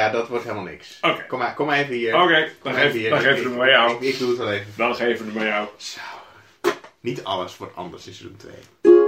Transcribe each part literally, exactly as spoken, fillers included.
Ja, dat wordt helemaal niks. Oké. Okay. Kom, maar, kom maar even hier. Oké, okay, dan, geef, hier. dan geven we hem bij jou. Ik, ik, ik doe het wel even. Dan geven we hem bij jou. Zo. Niet alles wordt anders in seizoen twee.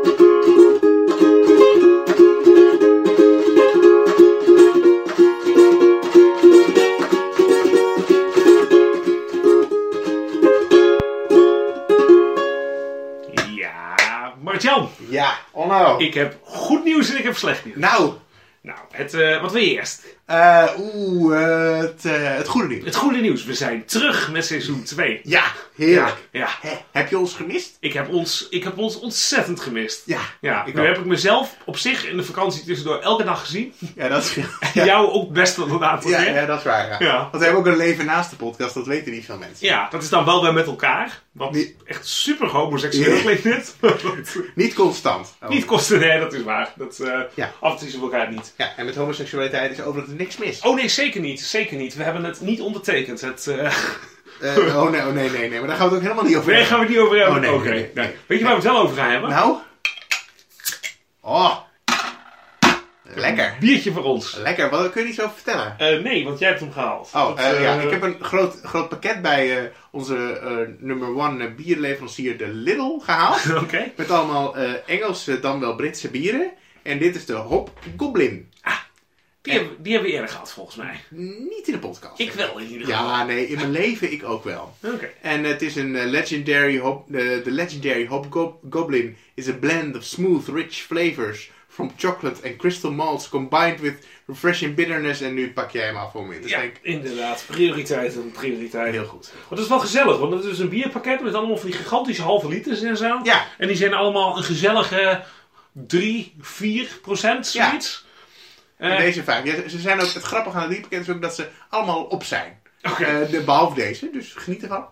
Ja, Martjan. Ja, Onno. Ik heb goed nieuws en ik heb slecht nieuws. Nou. Nou, het, uh, wat wil je eerst? Uh, Oeh, uh, het, uh, het goede nieuws. Het goede nieuws. We zijn terug met seizoen twee. Ja, heerlijk. Ja, ja. He, heb je ons gemist? Ik heb ons, ik heb ons ontzettend gemist. Ja. ja ik nu ook. heb ik mezelf op zich in de vakantie tussendoor elke dag gezien. Ja, dat is... Ja. Jou ook best wel een aantal ja, keer. ja, dat is waar. Ja. Ja. Want we hebben ook een leven naast de podcast. Dat weten niet veel mensen. Ja, dat is dan wel weer met elkaar. Wat niet... echt super homoseksueel klinkt dit. Niet constant. Oh. Niet constant, nee, dat is waar. Dat, uh, ja. Af en toe zien we elkaar niet. Ja, en met homoseksualiteit is overigens niks mis. Oh nee, zeker niet. Zeker niet. We hebben het niet ondertekend. Het, uh... uh, oh nee, oh nee, nee, nee. Maar daar gaan we het ook helemaal niet over hebben. Nee, gaan we het niet over hebben. Oh, nee, Oké. Okay. Nee, nee, nee. Weet je waar we het wel over gaan hebben? Nou? Oh. Lekker. Een biertje voor ons. Lekker. Wat kun je niet zo vertellen? Uh, nee, want jij hebt hem gehaald. Oh, dat, uh, uh... ja. Ik heb een groot, groot pakket bij uh, onze uh, number one uh, bierleverancier, de Lidl, gehaald. Oké. Okay. Met allemaal uh, Engelse, dan wel Britse bieren. En dit is de Hop Goblin. Ah. Die, en... hebben, die hebben we eerder gehad, volgens mij. Niet in de podcast. Ik wel, in ieder geval. Ja, nee, in mijn leven ik ook wel. Oké. Okay. En het is een uh, legendary hop... De uh, legendary Hop Go Goblin is a blend of smooth, rich flavors from chocolate and crystal malts combined with refreshing bitterness. En nu pak jij hem af voor me. Dus ja, denk... inderdaad. Prioriteit en prioriteit. Heel goed. Maar dat is wel gezellig, want het is een bierpakket met allemaal van die gigantische halve liters en zo. Ja. En die zijn allemaal een gezellige drie, vier procent, zoiets. Ja. Uh, deze vijf. Ja, ze zijn ook, het grappige aan de bierpakket is ook dat ze allemaal op zijn. Okay. Uh, de, behalve deze, dus geniet ervan.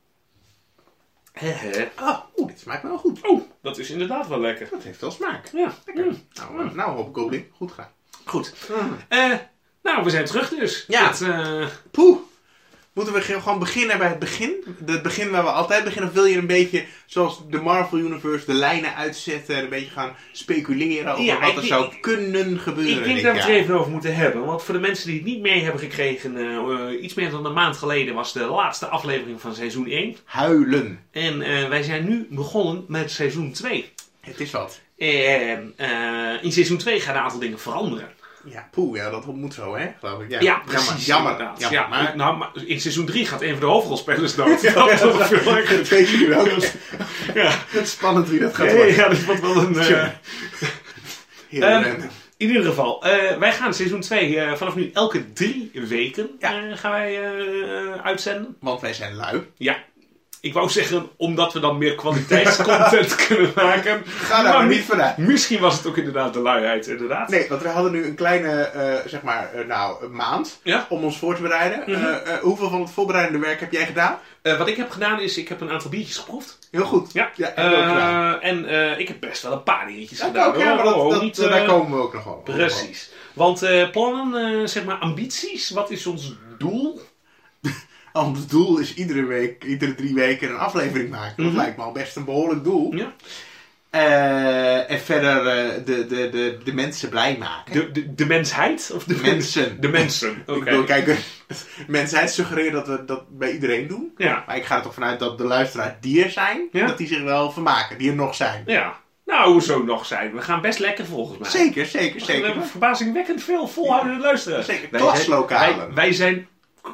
Hehe. Oh, oeh, dit smaakt wel goed. Oeh, dat is inderdaad wel lekker. Dat heeft wel smaak. Ja. Lekker. Mm. Nou, uh, nou Hop Goblin. Goed gedaan. Goed. Mm. Uh, nou, we zijn terug dus. Ja. Met, uh... Poeh. Moeten we gewoon beginnen bij het begin? Het begin waar we altijd beginnen? Of wil je een beetje, zoals de Marvel Universe, de lijnen uitzetten en een beetje gaan speculeren over ja, wat er denk, zou kunnen gebeuren? Ik denk dat we het er even over moeten hebben. Want voor de mensen die het niet mee hebben gekregen, uh, iets meer dan een maand geleden was de laatste aflevering van seizoen één. Huilen. En uh, wij zijn nu begonnen met seizoen twee. Het is wat. En uh, in seizoen twee gaan een aantal dingen veranderen. Ja, poeh, ja, dat moet zo, hè, geloof ik. Ja, ja precies. Jammer, jammer. jammer ja, maar... Nou, maar in seizoen drie gaat een van de hoofdrolspelers dood. Ja, dat is veel lekker. Dat weet je nu ook. Ja. Spannend wie dat gaat worden. Nee, ja, dat wordt wel een... Uh... Heel um, in ieder geval, uh, wij gaan seizoen twee uh, vanaf nu elke drie weken ja. uh, gaan wij uh, uitzenden. Want wij zijn lui. Ja. Ik wou zeggen, omdat we dan meer kwaliteitscontent kunnen maken. Ga daar maar niet vanuit. Misschien was het ook inderdaad de luiheid, inderdaad. Nee, want we hadden nu een kleine, uh, zeg maar, uh, nou, een maand ja? om ons voor te bereiden. Mm-hmm. uh, uh, hoeveel van het voorbereidende werk heb jij gedaan? Uh, wat ik heb gedaan is, ik heb een aantal biertjes geproefd. Heel goed. Ja. ja uh, en uh, ik heb best wel een paar dingetjes ja, gedaan. Ook, ja, maar dat, oh, dat, niet, uh, daar komen we ook nog wel. Precies. Want uh, plannen, uh, zeg maar ambities, wat is ons doel? Ons doel is iedere week, iedere drie weken een aflevering maken. Dat mm-hmm. lijkt me al best een behoorlijk doel. Ja. Uh, en verder uh, de, de, de, de mensen blij maken. De, de, de mensheid? Of de mensen? De mensen, oké. Okay. Ik wil kijken, mensheid suggereren dat we dat bij iedereen doen. Ja. Maar ik ga er toch vanuit dat de luisteraars die er zijn, ja? dat die zich wel vermaken, die er nog zijn. Ja. Nou, hoezo nog zijn? We gaan best lekker volgens mij. Zeker, zeker, zeker. We hebben verbazingwekkend veel volhoudende ja. luisteraars. Zeker, klaslokalen. Wij, wij zijn...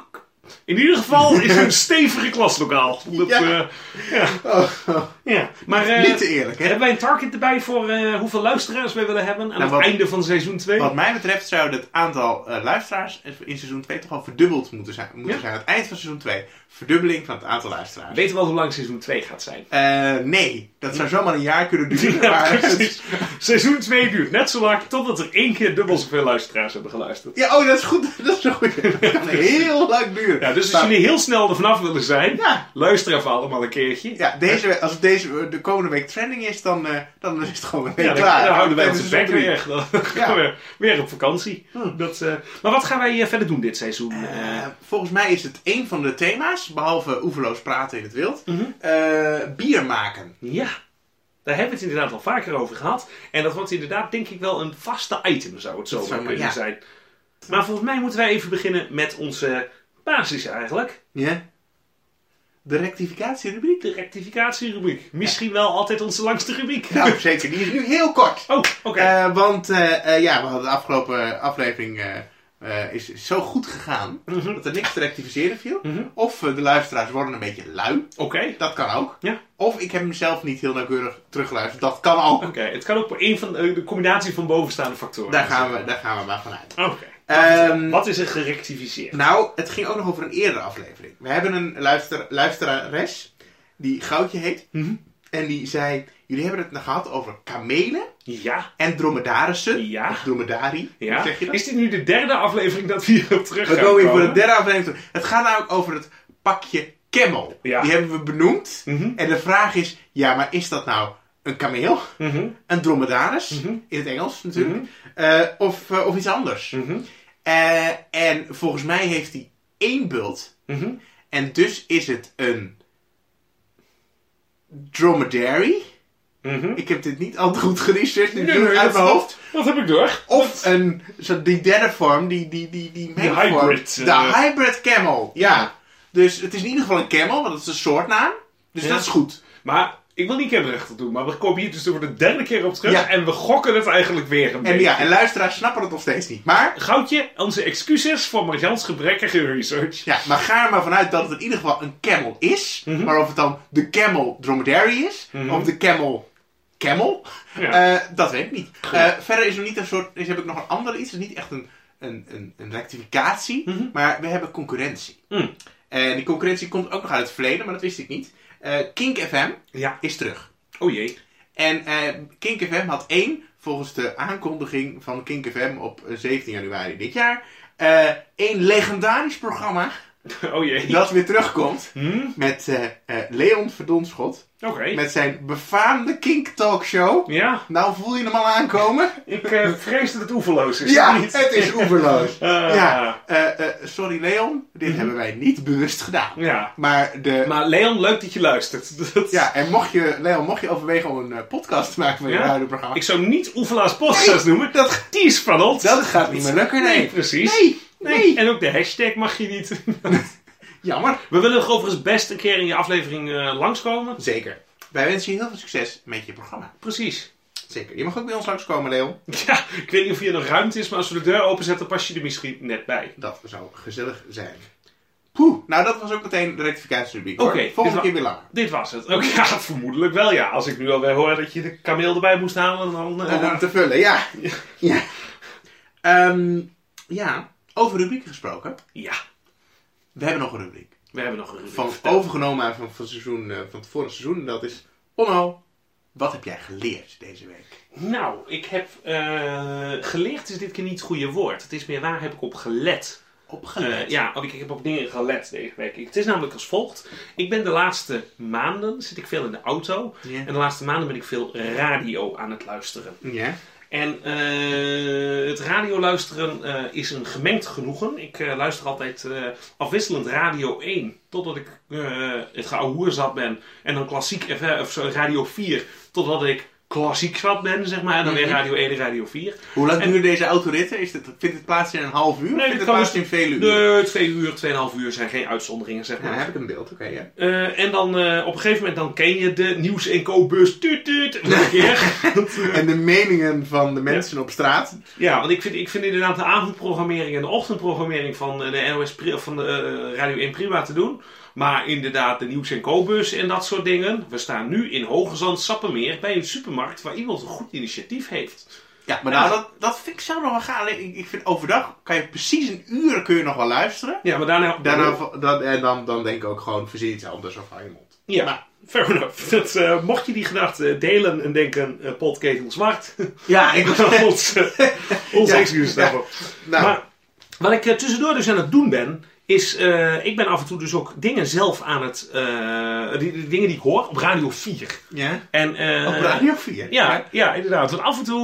In ieder geval is het een stevige klaslokaal. Dat, ja. Uh, ja. Oh, oh. ja. Maar, uh, niet te eerlijk, hè? Hebben wij een target erbij voor uh, hoeveel luisteraars wij willen hebben aan nou, het wat, einde van seizoen twee? Wat mij betreft zou het aantal uh, luisteraars in seizoen twee toch al verdubbeld moeten zijn. Moeten ja? zijn. Aan het eind van seizoen twee. Verdubbeling van het aantal luisteraars. Weet je wel hoe lang seizoen twee gaat zijn? Uh, nee, dat zou zomaar een jaar kunnen duren. Ja, maar het... Seizoen twee duurt net zo lang totdat er één keer dubbel zoveel luisteraars hebben geluisterd. Ja, oh, dat is goed. Dat is zo goed. Dat kan heel lang duren. Ja, dus als maar... jullie heel snel er vanaf willen zijn, ja. luister even allemaal een keertje. Ja, deze, als het deze, de komende week trending is, dan, uh, dan is het gewoon een week ja, dan, klaar. Dan houden wij onze bek weer. Dan ja. gaan we weer op vakantie. Hm. Dat, uh, maar wat gaan wij uh, verder doen dit seizoen? Uh, uh, volgens mij is het één van de thema's, behalve oeverloos praten in het wild, mm-hmm. uh, bier maken. Ja. Daar hebben we het inderdaad al vaker over gehad. En dat wordt inderdaad, denk ik wel, een vaste item, zou het zo maar kunnen ja. zijn. Maar volgens mij moeten wij even beginnen met onze basis eigenlijk. Ja. De rectificatierubriek? De rectificatierubriek. Misschien ja. wel altijd onze langste rubriek. Nou, zeker. Die is nu heel kort. Oh, oké. Okay. Uh, want uh, uh, ja, we hadden de afgelopen aflevering... Uh, Uh, is zo goed gegaan mm-hmm. dat er niks te rectificeren viel. Mm-hmm. Of uh, de luisteraars worden een beetje lui. Oké. Okay. Dat kan ook. Ja. Of ik heb hem zelf niet heel nauwkeurig teruggeluisterd. Dat kan ook. Oké, okay. Het kan ook voor een van de, de combinatie van bovenstaande factoren. Daar gaan we, daar gaan we maar vanuit. Oké. Okay. Um, Wat is er gerectificeerd? Nou, het ging ook nog over een eerdere aflevering. We hebben een luister, luisterares die Goudje heet. Mm-hmm. En die zei... Jullie hebben het nog gehad over kamelen. Ja. En dromedarissen. Ja. Of dromedari. Ja. Hoe zeg je dat? Is dit nu de derde aflevering dat we hierop terug gaan We komen hier voor de derde aflevering. Het gaat namelijk over het pakje camel. Ja. Die hebben we benoemd. Mm-hmm. En de vraag is... Ja, maar is dat nou een kameel? Mm-hmm. Een dromedaris? Mm-hmm. In het Engels natuurlijk. Mm-hmm. Uh, of, uh, of iets anders. Mm-hmm. Uh, en volgens mij heeft hij één bult. Mm-hmm. En dus is het een... dromedary... Mm-hmm. Ik heb dit niet al te goed geresearched. Nee, nee, nee, uit mijn hoofd. Dat heb ik door. Of dat... een, zo die derde vorm, die, die, die, die de hybrid. De uh... hybrid camel, ja. ja. Dus het is in ieder geval een camel, want het is een soortnaam. Dus ja. dat is goed. Maar ik wil niet camerachter doen, maar we komen hier dus voor de derde keer op terug. Ja. En we gokken het eigenlijk weer een en, beetje. Ja, en luisteraars snappen het nog steeds niet. Maar... Goudje, onze excuses voor Marjans gebrekkige research. Ja, maar ga er maar vanuit dat het in ieder geval een camel is. Mm-hmm. Maar of het dan de camel dromedary is, mm-hmm. of de camel... Camel? Ja. Uh, dat weet ik niet. Uh, verder is er niet een soort... Is, heb ik nog een ander iets. Het is niet echt een, een, een, een rectificatie. Mm-hmm. Maar we hebben concurrentie. Mm. En die concurrentie komt ook nog uit het verleden. Maar dat wist ik niet. Uh, Kink F M ja. is terug. Oh jee. En uh, Kink F M had één... Volgens de aankondiging van Kink F M op zeventien januari dit jaar... Uh, één legendarisch programma... Oh jee. Dat weer terugkomt. Hmm? Met uh, uh, Leon Verdonschot. Oké. Okay. Met zijn befaamde Kink Talkshow. Ja. Nou voel je hem al aankomen. Ik uh, vrees dat het oeverloos is. Ja, niet? het is oeverloos. uh, ja. Uh, uh, sorry Leon, dit mm-hmm. hebben wij niet bewust gedaan. Ja. Maar, de... maar Leon, leuk dat je luistert. Dat... Ja, en mocht je, Leon, mocht je overwegen om een uh, podcast te maken van je ja? huidige programma. Ik zou niet oeverloos podcast nee, noemen. Dat... Die is spannend. Dat gaat niet meer lukken, nee. Nee, precies. Nee, nee. nee. En ook de hashtag mag je niet. Jammer. We willen overigens best een keer in je aflevering uh, langskomen. Zeker. Wij wensen je heel veel succes met je programma. Precies. Zeker. Je mag ook bij ons langskomen, Leon. Ja, ik weet niet of hier nog ruimte is, maar als we de deur openzetten, pas je er misschien net bij. Dat zou gezellig zijn. Poeh, nou dat was ook meteen de rectificatierubriek. Oké. Okay, volgende keer weer langer. Dit was het. Oké, ja, vermoedelijk wel, ja. Als ik nu alweer hoor dat je de kameel erbij moest halen, dan... Uh... Om hem te vullen, ja. Ja. Um, ja, over rubrieken gesproken. Ja. We hebben nog een rubriek. We hebben nog een rubriek. Van vertel. Overgenomen van, van, seizoen, uh, van het vorige seizoen. En dat is, Onno, wat heb jij geleerd deze week? Nou, ik heb uh, geleerd is dit keer niet het goede woord. Het is meer waar heb ik op gelet. Op gelet? Uh, ja, ik, ik heb op dingen gelet deze week. Het is namelijk als volgt. Ik ben de laatste maanden, zit ik veel in de auto. Yeah. En de laatste maanden ben ik veel radio aan het luisteren. Ja. Yeah. En uh, het radioluisteren uh, is een gemengd genoegen. Ik uh, luister altijd uh, afwisselend Radio één. Totdat ik uh, het geouwehoer zat ben. En dan klassiek F M, of zo, Radio vier. Totdat ik klassiek zat ben, zeg maar. En dan weer Radio één en Radio vier. Hoe lang duren deze autoritten? Is het, vindt het plaats in een half uur? Nee, of vindt het plaats in vele uur? Nee, twee uur, tweeënhalf uur zijn geen uitzonderingen, zeg maar. Ja, heb ik een beeld, oké, okay, ja. Uh, en dan uh, op een gegeven moment dan ken je de Nieuws en Co-bus. Tuut, tuut, een keer. En de meningen van de mensen ja. op straat. Ja, want ik vind, ik vind inderdaad de avondprogrammering en de ochtendprogrammering van de N O S of van de uh, Radio één prima te doen. Maar inderdaad, de Nieuws en Co-bus en dat soort dingen. We staan nu in Hoogezand Sappemeer bij een supermarkt waar iemand een goed initiatief heeft. Ja, maar nou, dat, dat vind ik zo nog wel gaaf. Ik, ik vind overdag kan je precies een uur kun je nog wel luisteren. Ja, maar daarna... daarna dan, en dan, dan denk ik ook gewoon, verzin iets anders of hou je mond. Ja, maar, fair enough. Dat, uh, mocht je die gedachte delen en denken, uh, potketel zwart. Ja, ik was... ons uh, ons ja, excuses daarvoor. Ja, nou. Maar wat ik uh, tussendoor dus aan het doen ben... is, uh, ik ben af en toe dus ook dingen zelf aan het, uh, die, die dingen die ik hoor, op Radio vier. Ja? En, uh, op Radio vier? Ja, ja, inderdaad. Want af en toe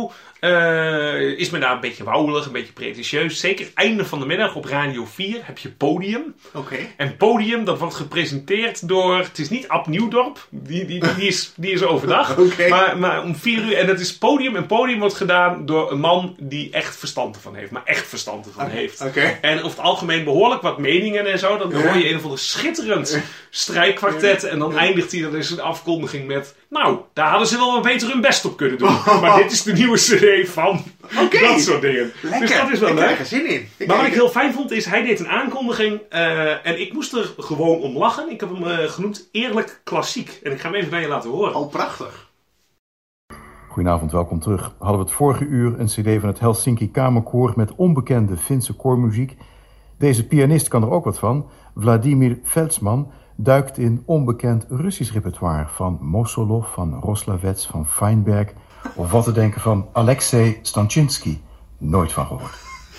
Uh, is men daar een beetje wauwelig, een beetje pretentieus. Zeker einde van de middag op Radio vier heb je Podium. Okay. En Podium, dat wordt gepresenteerd door... Het is niet Ab Nieuwdorp, die, die, die, is, die is overdag. Okay. Maar, maar om vier uur... En dat is Podium. En Podium wordt gedaan door een man die echt verstand ervan heeft. Maar echt verstand ervan okay. heeft. Okay. En over het algemeen behoorlijk wat meningen en zo. Dan ja. hoor je een of ander schitterend strijkkwartet. Ja. En dan ja. eindigt hij dan in zijn afkondiging met... Nou, daar hadden ze wel wat beter hun best op kunnen doen. Oh. Maar dit is de nieuwe cd van okay. dat soort dingen. Lekker. Dus dat is wel ik leuk. Ik heb er zin in. Ik maar wat ik heel fijn vond is, hij deed een aankondiging. Uh, en ik moest er gewoon om lachen. Ik heb hem uh, genoemd Eerlijk Klassiek. En ik ga hem even naar je laten horen. Oh, prachtig. Goedenavond, welkom terug. Hadden we het vorige uur een cd van het Helsinki Kamerkoor met onbekende Finse koormuziek. Deze pianist kan er ook wat van. Vladimir Veldsman duikt in onbekend Russisch repertoire van Mosolov, van Roslavets, van Feinberg, of wat te denken van Alexei Stanchinsky. Nooit van gehoord.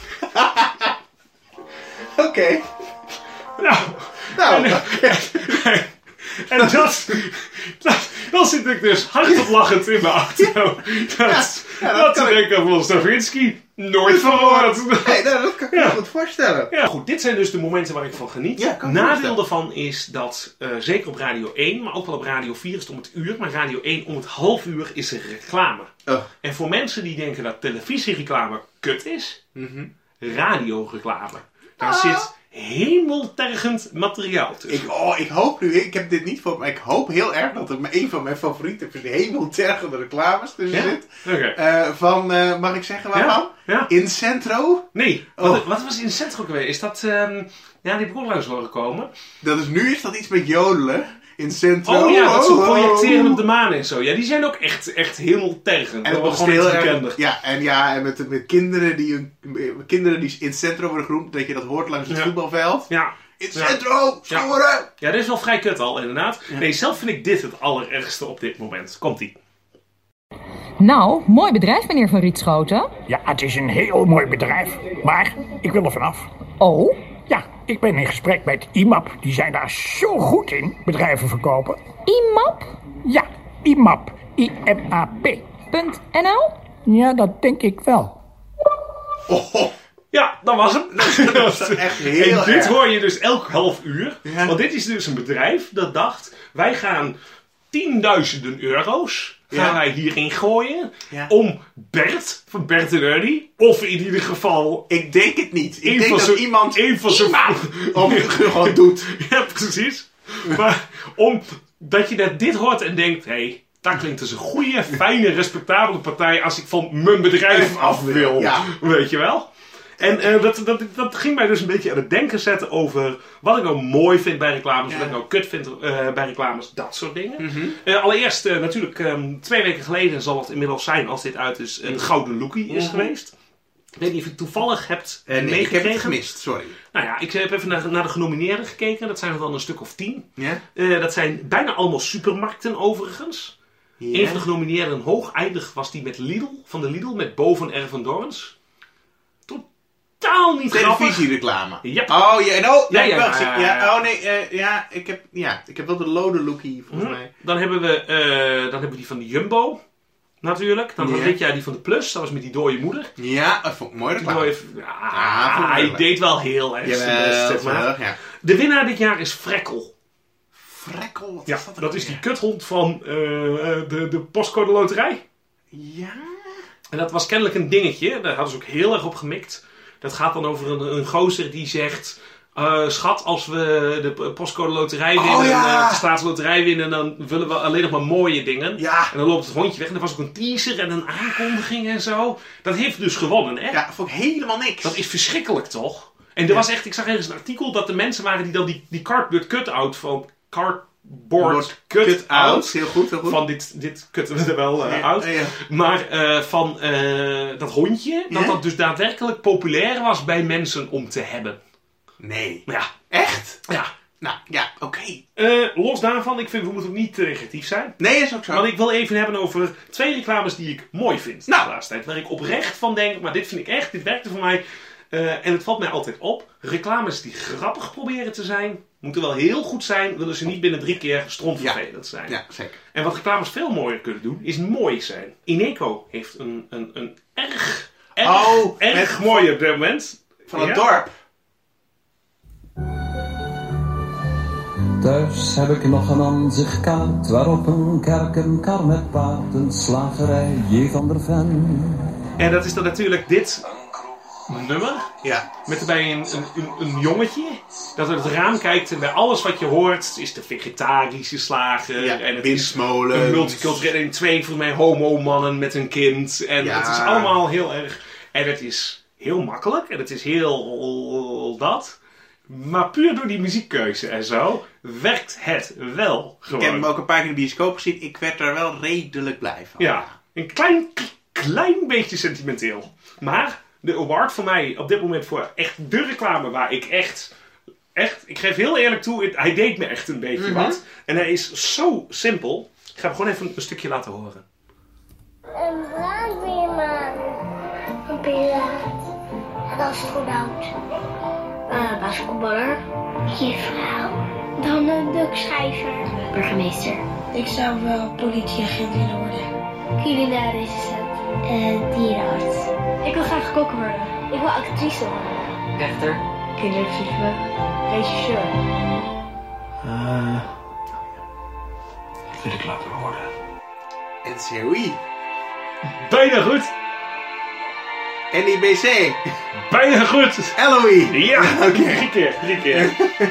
Oké. Okay. Nou, nou en, okay. en dat, dat, dan zit ik dus hardop lachend in mijn auto. Ja. Dat, Ja, ja, dat te denken van Stravinsky. Nooit van gehoord. Nee, nou, dat kan ik me ja. goed voorstellen. Ja, goed. Dit zijn dus de momenten waar ik van geniet. Ja, Nadeel daarvan is dat, uh, zeker op Radio één, maar ook wel op Radio vier is het om het uur, maar Radio één om het half uur is er reclame. Oh. En voor mensen die denken dat televisiereclame kut is, mm-hmm. radioreclame. Daar ah. zit hemeltergend materiaal tussen. Ik, oh, ik hoop nu, ik heb dit niet voor, maar ik hoop heel erg dat er een van mijn favoriete hemeltergende reclames tussen ja? zit. Okay. Uh, van, uh, mag ik zeggen waarvan? Ja? Ja? Incentro? Nee, oh. wat, wat was Incentro geweest? Is dat, um, ja, die heb ik ook langs horen komen. Dat is nu, is dat iets met jodelen? Incentro. Oh ja, dat ze projecteren op de maan en zo. Ja, die zijn ook echt, echt hemeltergend. En dat was heel erg, ja, en ja, en met, met kinderen die kinderen die Incentro worden genoemd, dat je dat hoort langs het ja. voetbalveld. Ja. Incentro, scoren! Ja. ja, dat is wel vrij kut al, inderdaad. Ja. Nee, zelf vind ik dit het allerergste op dit moment. Komt-ie. Nou, mooi bedrijf, meneer Van Rietschoten. Ja, het is een heel mooi bedrijf, maar ik wil er vanaf. Oh? Ja, ik ben in gesprek met I M A P. Die zijn daar zo goed in, bedrijven verkopen. I M A P? Ja, I M A P. I M A P. .N L? Ja, dat denk ik wel. Oh. Ja, dat was hem. Dat is echt heel En dit erg. hoor je dus elk half uur. Ja. Want dit is dus een bedrijf dat dacht, wij gaan tienduizenden euro's gaan ja. wij hierin gooien ja. om Bert, van Bert en Ernie, of in ieder geval... Ik denk het niet. Ik denk dat zo, iemand een van I M A P om gewoon doet. Ja, precies. Maar om, dat je dat dit hoort en denkt, hé, hey, dat klinkt als een goede, fijne, respectabele partij als ik van mijn bedrijf af wil. Ja. Weet je wel? En uh, dat, dat, dat ging mij dus een beetje aan het denken zetten over wat ik nou mooi vind bij reclames, ja. wat ik nou kut vind uh, bij reclames, dat soort dingen. Mm-hmm. Uh, allereerst uh, natuurlijk um, twee weken geleden zal het inmiddels zijn, als dit uit is, een Gouden Lookie is mm-hmm. geweest. Ik weet niet of je het toevallig hebt uh, nee, ik heb het gemist, sorry. Nou ja, ik heb even naar, naar de genomineerden gekeken, dat zijn er dan een stuk of tien. Ja? Uh, dat zijn bijna allemaal supermarkten overigens. Ja. Een van de genomineerden hoog eindig was die met Lidl, van de Lidl, met Bo van R. van Dorens. Totaal niet grappig. Televisiereclame. Yep. Oh ja, no, ja, ja, wel ja, ja. Oh nee, uh, ja, ik heb, ja, ik heb wel de Lode Lookie volgens hm. mij. Dan hebben we, uh, dan hebben we die van de Jumbo. Natuurlijk. Dan was ja. dit jaar die van de Plus. Dat was met die dode moeder. Ja, dat vond ik mooi reclame. Dooie, ja, ja, hij leuk. Deed wel heel erg zijn best, zeg maar. Ja. De winnaar dit jaar is Frekkel. Frekkel? Wat ja, is dat, dat is die kuthond van uh, de, de postcode loterij. Ja. En dat was kennelijk een dingetje. Daar hadden ze ook heel erg op gemikt. Dat gaat dan over een, een gozer die zegt... Uh, schat, als we de postcode loterij winnen, oh, ja. uh, de staatsloterij winnen, dan willen we alleen nog maar mooie dingen. Ja. En dan loopt het hondje weg. En er was ook een teaser en een aankondiging en zo. Dat heeft dus gewonnen, hè? Ja, vond ik helemaal niks. Dat is verschrikkelijk, toch? En er ja. was echt, ik zag ergens een artikel dat de mensen waren die dan die, die cardboard cut-out van cardboard cut-out. Heel goed, heel goed. Van dit, dit kutten we er wel uh, ja, uit. ja. Maar uh, van uh, dat hondje, dat ja? dat dus daadwerkelijk populair was bij mensen om te hebben. Nee. Ja. Echt? Ja. Nou, ja, oké. Okay. Uh, los daarvan, ik vind we moeten ook niet uh, negatief zijn. Nee, is ook zo. Want ik wil even hebben over twee reclames die ik mooi vind nou. de laatste tijd. Waar ik oprecht van denk, maar dit vind ik echt, dit werkte voor mij. Uh, en het valt mij altijd op. Reclames die grappig proberen te zijn, moeten wel heel goed zijn, willen ze niet binnen drie keer strontvervelend zijn. Ja, zeker. En wat reclames veel mooier kunnen doen, is mooi zijn. Ineco heeft een, een, een erg, erg, oh, erg met, mooi op dit moment. Van het ja? dorp. Thuis heb ik nog een aanzichtkaart waarop een kerk, een kar met paard, een slagerij, J. van der Ven. En dat is dan natuurlijk dit nummer. Ja. Met erbij een, een, een, een jongetje dat uit het raam kijkt en bij alles wat je hoort is de vegetarische slager. Ja, en het windsmolen. is een multiculturele en twee voor mij homo-mannen met een kind. En ja. het is allemaal heel erg... En het is heel makkelijk en het is heel dat... Maar puur door die muziekkeuze en zo, werkt het wel gewoon. Ik heb hem ook een paar keer in de bioscoop gezien. Ik werd er wel redelijk blij van. Ja, een klein, klein beetje sentimenteel. Maar de award voor mij op dit moment voor echt de reclame waar ik echt... Echt, ik geef heel eerlijk toe, hij deed me echt een beetje mm-hmm. wat. En hij is zo simpel. Ik ga hem gewoon even een stukje laten horen. Een brandweerman. Een piraat. En als schoenhout. Uh, basketballer. Juffrouw. Dan een dukschrijver. Burgemeester. Ik zou wel politieagent willen worden. Culinaire assistent. Uh, dierenarts. Ik wil graag kokker worden. Ik wil actrice worden. Rechter. Kinderpsycholoog. Regisseur. Uh, wil ik laten worden. N C O I. Bijna goed. N I B C. Bijna goed. L O I. Ja, oké. Okay. Drie keer, drie keer.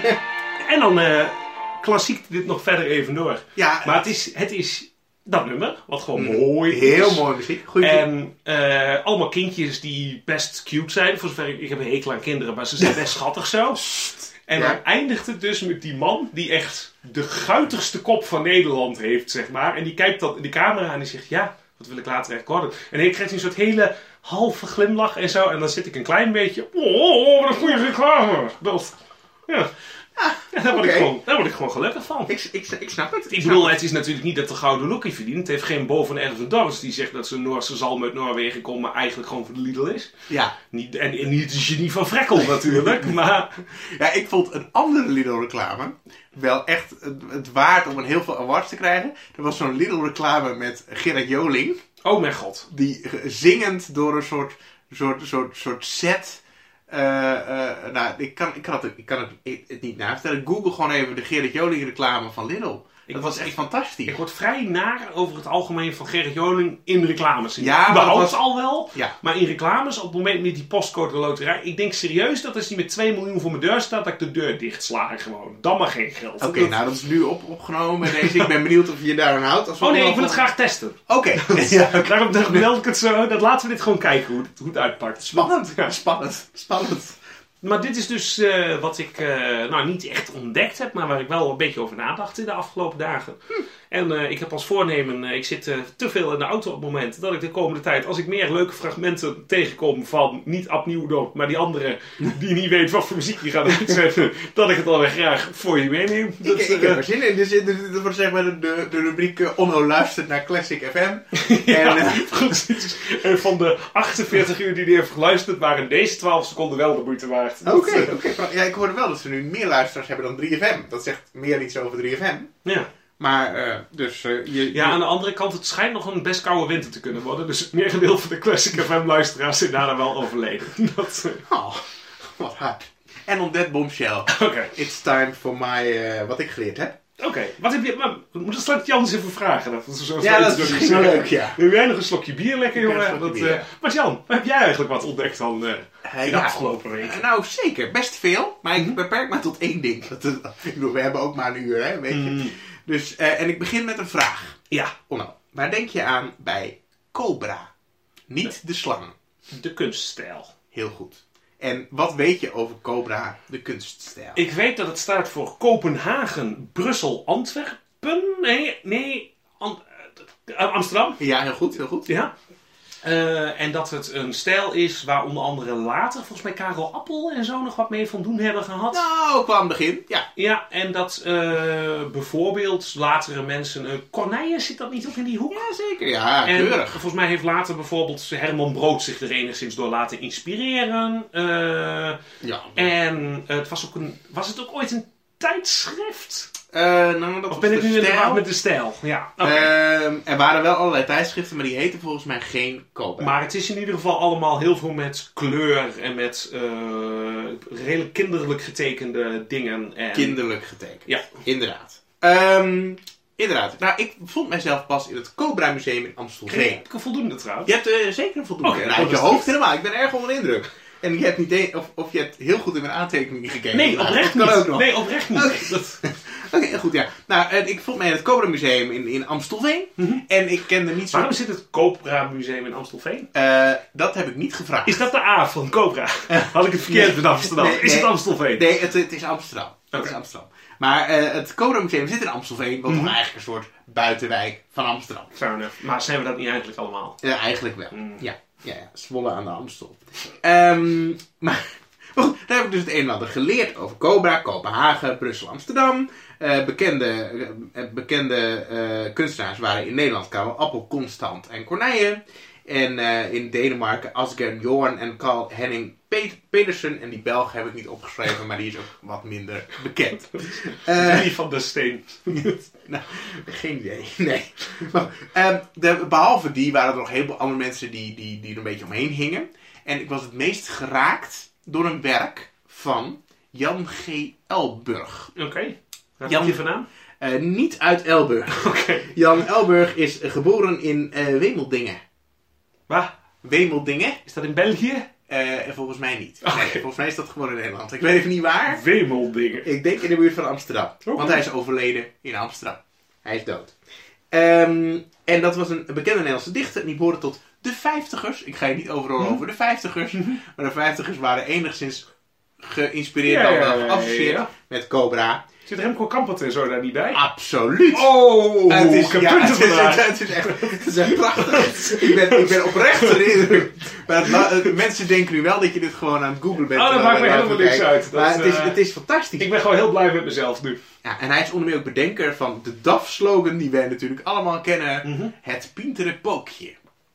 En dan uh, klassiek dit nog verder even door. Ja, maar het is, het is dat nummer, wat gewoon mm, mooi is. Heel mooi muziek. Goed. En uh, allemaal kindjes die best cute zijn. Voor zover ik, ik heb een hekel aan kinderen, maar ze zijn best schattig zo. En ja. dan eindigt het dus met die man die echt de guitigste kop van Nederland heeft, zeg maar. En die kijkt dan in de camera en die zegt, ja, wat wil ik later echt worden? En dan krijgt hij een soort hele halve glimlach en zo. En dan zit ik een klein beetje, oh, wat een goede reclame. Dat, ja. Ah, ja, daar, word okay. ik gewoon, daar word ik gewoon gelukkig van. Ik, ik, ik snap het. Ik, ik snap bedoel, het. het is natuurlijk niet dat de Gouden Loekie verdient. Het heeft geen Bo van Erven Dorst die zegt dat ze een Noorse zalm uit Noorwegen komt, maar eigenlijk gewoon voor de Lidl is. Ja. Niet, en, en niet de genie van Frekkel natuurlijk, maar... Ja, ik vond een andere Lidl-reclame wel echt het, het waard om een heel veel awards te krijgen. Er was zo'n Lidl-reclame met Gerard Joling. Oh mijn god. Die zingend door een soort, soort, soort, soort set... Uh, uh, nou, ik kan, ik kan, het, ik kan het, het niet navertellen. Google gewoon even de Gerard Joling reclame van Lidl. Dat ik was echt ik, fantastisch. Ik word vrij naar over het algemeen van Gerard Joling in reclames. Ja, maar dat was al wel. Ja. Maar in reclames, op het moment met die postcode loterij. Ik denk serieus dat als die met twee miljoen voor mijn deur staat, dat ik de deur dichtsla gewoon. Dan maar geen geld. Oké, okay, dat... nou dat is nu op, opgenomen. Deze. Ik ben benieuwd of je daar aan houdt. Als oh nee, ik wil van... het graag testen. Oké. Okay. Ja, daarom meld ik het zo. Dat laten we dit gewoon kijken hoe het, hoe het uitpakt. Spannend. Ja. Spannend. Spannend. Maar dit is dus uh, wat ik uh, nou niet echt ontdekt heb, maar waar ik wel een beetje over nadacht in de afgelopen dagen. Hm. En uh, ik heb als voornemen, uh, ik zit uh, te veel in de auto op het moment, dat ik de komende tijd, als ik meer leuke fragmenten tegenkom van, niet opnieuw door, maar die andere die niet weet wat voor muziek die gaan uitzetten, dat ik het alweer graag voor je meeneem. Dat, ik, ik uh, heb er zin in. Dus dit wordt zeg maar de, de, de rubriek uh, Onno luistert naar Classic F M. Ja, en, uh, precies. En van de achtenveertig uur die hij heeft geluisterd, waren deze twaalf seconden wel de moeite waard. Oké, okay, oké. Okay. Ja, ik hoorde wel dat ze nu meer luisteraars hebben dan drie F M. Dat zegt meer iets over drie F M. Ja. Maar, uh, dus... Uh, je, ja, je... aan de andere kant, het schijnt nog een best koude winter te kunnen worden. Dus het merendeel van de Classic F M-luisteraars zijn daarna wel overleden. Dat, uh... Oh, wat hard. En on that bombshell. Oké. Okay. It's time for my... Uh, wat ik geleerd heb. Oké, okay. Wat heb je... Maar, we moeten straks Jan eens even vragen. Dat is zo ja, dat is misschien leuk, ja. Wil jij nog een slokje bier lekker, jongen? Dat, bier, uh... ja. Maar Jan, heb jij eigenlijk wat ontdekt dan uh, in de ja, afgelopen week? Nou, zeker. Best veel. Maar ik beperk me tot één ding. Dat is, ik bedoel, we hebben ook maar een uur, hè, weet je. Mm. Dus, uh, en ik begin met een vraag. Ja. Onno, waar denk je aan bij Cobra? Niet de, de slang. De kunststijl. Heel goed. En wat weet je over Cobra, de kunststijl? Ik weet dat het staat voor Kopenhagen, Brussel, Antwerpen. Nee, nee, Am- Amsterdam. Ja, heel goed, heel goed. Ja. Uh, en dat het een stijl is waar onder andere later, volgens mij Karel Appel en zo nog wat mee van doen hebben gehad. Nou, kwam begin, ja. Ja, en dat uh, bijvoorbeeld latere mensen... Uh, Corneille, zit dat niet ook in die hoek? Ja, zeker. Ja, en keurig. Volgens mij heeft later bijvoorbeeld Herman Brood zich er enigszins door laten inspireren. Uh, ja. En uh, het was ook een... Was het ook ooit een tijdschrift? Uh, nou, dat of ben ik nu in de war met de stijl? Ja. Okay. Uh, er waren wel allerlei tijdschriften, maar die heten volgens mij geen Cobra. Maar het is in ieder geval allemaal heel veel met kleur en met uh, redelijk kinderlijk getekende dingen. En... Kinderlijk getekend. Ja. Inderdaad. Um, inderdaad. Nou, ik vond mijzelf pas in het Cobra Museum in Amstelveen. Heb ik een voldoende trouwens? Je hebt uh, zeker een voldoende. Okay, nou, uit je hoofd helemaal. Ik ben erg onder de indruk. En je hebt niet de- of, of je hebt heel goed in mijn aantekeningen gekeken. Nee, nou, oprecht dat kan niet. ook nog. Nee, oprecht niet. Oké, dat... okay, goed, ja. Nou, ik vond mij in het Cobra Museum in, in Amstelveen. Mm-hmm. En ik kende niet zo... Waarom zit het Cobra Museum in Amstelveen? Uh, dat heb ik niet gevraagd. Is dat de A van Cobra? Had ik het verkeerd nee, in Amsterdam? Nee, is nee, het Amstelveen? Nee, het, het is Amsterdam. Okay. Het is Amsterdam. Maar uh, het Cobra Museum zit in Amstelveen, wat mm-hmm. toch eigenlijk een soort buitenwijk van Amsterdam. Fair enough. Maar zijn we dat niet eigenlijk allemaal? Ja, eigenlijk wel. Mm. Ja. Ja, ja, Zwolle aan de Amstel. Um, maar, maar goed, daar heb ik dus het een en ander geleerd over Cobra, Kopenhagen, Brussel, Amsterdam. Uh, bekende uh, bekende uh, kunstenaars waren in Nederland Karel Appel, Constant en Corneille. En uh, in Denemarken Asger Jorn en Carl Henning Pedersen. En die Belg heb ik niet opgeschreven, maar die is ook wat minder bekend. Uh, die van de Steen. Nou, geen idee. Nee. Maar, uh, de, behalve die waren er nog heel veel andere mensen die, die, die er een beetje omheen hingen. En ik was het meest geraakt door een werk van Jan G. Elburg. Oké. Okay. Waar komt die vandaan? Uh, niet uit Elburg. Okay. Jan Elburg is uh, geboren in uh, Wemeldingen. Waar? Wemeldingen. Is dat in België? Uh, volgens mij niet. Okay. Nee, volgens mij is dat gewoon in Nederland. Ik weet even niet waar. Wemeldingen. Ik denk in de buurt van Amsterdam. Okay. Want hij is overleden in Amsterdam. Hij is dood. Um, en dat was een bekende Nederlandse dichter. En die behoorde tot de vijftigers. Ik ga je niet overal hm? over de vijftigers. Mm-hmm. Maar de vijftigers waren enigszins geïnspireerd ja, dan ja, wel ja, geassocieerd ja, ja. met Cobra. Zit Remco Kampert en zo daar niet bij? Absoluut! Oh, het is, ik heb ja, punten het is, vandaag. Het is echt, het is echt prachtig. ik, ben, ik ben oprecht erin. Maar het, mensen denken nu wel dat je dit gewoon aan het googlen bent. Oh, dat maakt me helemaal niks uit. Maar dat, het, is, uh, het is fantastisch. Ik ben gewoon heel blij met mezelf nu. Ja, en hij is onder meer ook bedenker van de D A F-slogan die wij natuurlijk allemaal kennen. Mm-hmm. Het pintere pookje.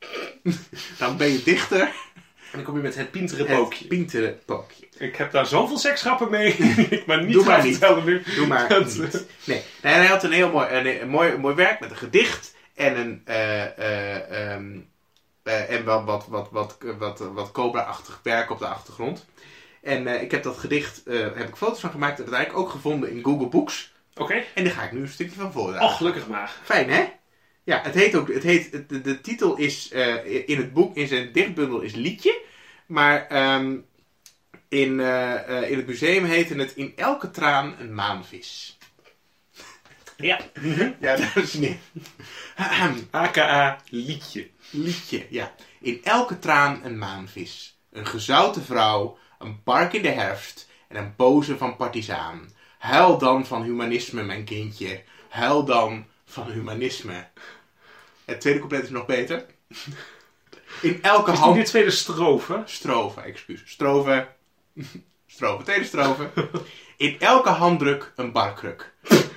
Dan ben je dichter. En dan kom je met het pintere pookje. Het pintere pookje. Ik heb daar zoveel seksgrappen mee. ik maar niet Doe maar gaan niet. vertellen nu. Doe maar dat, niet. Nee. nee, hij had een heel mooi, een, een mooi, een mooi werk met een gedicht en een uh, uh, um, uh, en wat, wat, wat, wat, wat, wat Cobra-achtig werk op de achtergrond. En uh, ik heb dat gedicht, uh, heb ik foto's van gemaakt en dat eigenlijk ook gevonden in Google Books. Oké. Okay. En daar ga ik nu een stukje van voordragen. Och, gelukkig maar. Fijn, hè? Ja, het heet ook, het heet, de, de titel is, uh, in het boek, in zijn dichtbundel is Liedje. Maar um, in, uh, uh, in het museum heette het In elke traan een maanvis. Ja. Ja, dat is niet. A K A liedje. Liedje, ja. In elke traan een maanvis. Een gezouten vrouw, een park in de herfst en een pose van partizaan. Huil dan van humanisme, mijn kindje. Huil dan van humanisme. Het tweede couplet is nog beter. In elke is hand... Is de tweede strofe? Strofe, excuus. Strofe. Strofe, tweede strofe. In elke handdruk een barkruk.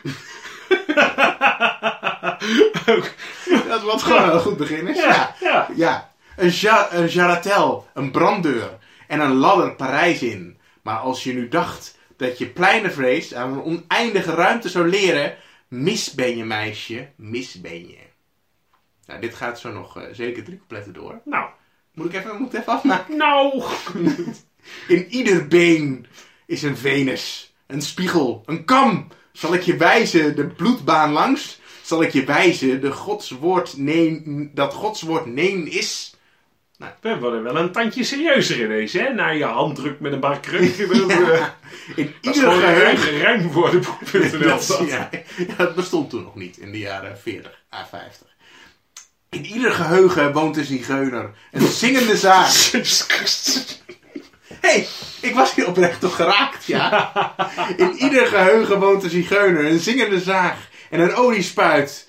Dat is wat gewoon een goed begin is. Ja, ja. ja. Een, ja, een jaratel, een branddeur en een ladder Parijs in. Maar als je nu dacht dat je pleinen vrees aan een oneindige ruimte zou leren, mis ben je meisje, mis ben je. Nou, dit gaat zo nog uh, zeker drie coupletten door. Nou. Moet ik even, moet ik even afmaken? Nou. In ieder been is een Venus, een spiegel, een kam. Zal ik je wijzen de bloedbaan langs? Zal ik je wijzen de godswoord neen, dat Gods woord neen is? Nou, we worden wel een tandje serieuzer ineens, hè? Na je handdruk met een barkruk. Ja, in dat ieder geheugen... Ruimwoordenboek punt n l. dat, ja, ja, dat bestond toen nog niet in de jaren veertig, à vijftig. In ieder geheugen woont een zigeuner, een zingende zaag. Hé, hey, ik was hier oprecht toch geraakt, ja? In ieder geheugen woont een zigeuner, een zingende zaag en een oliespuit.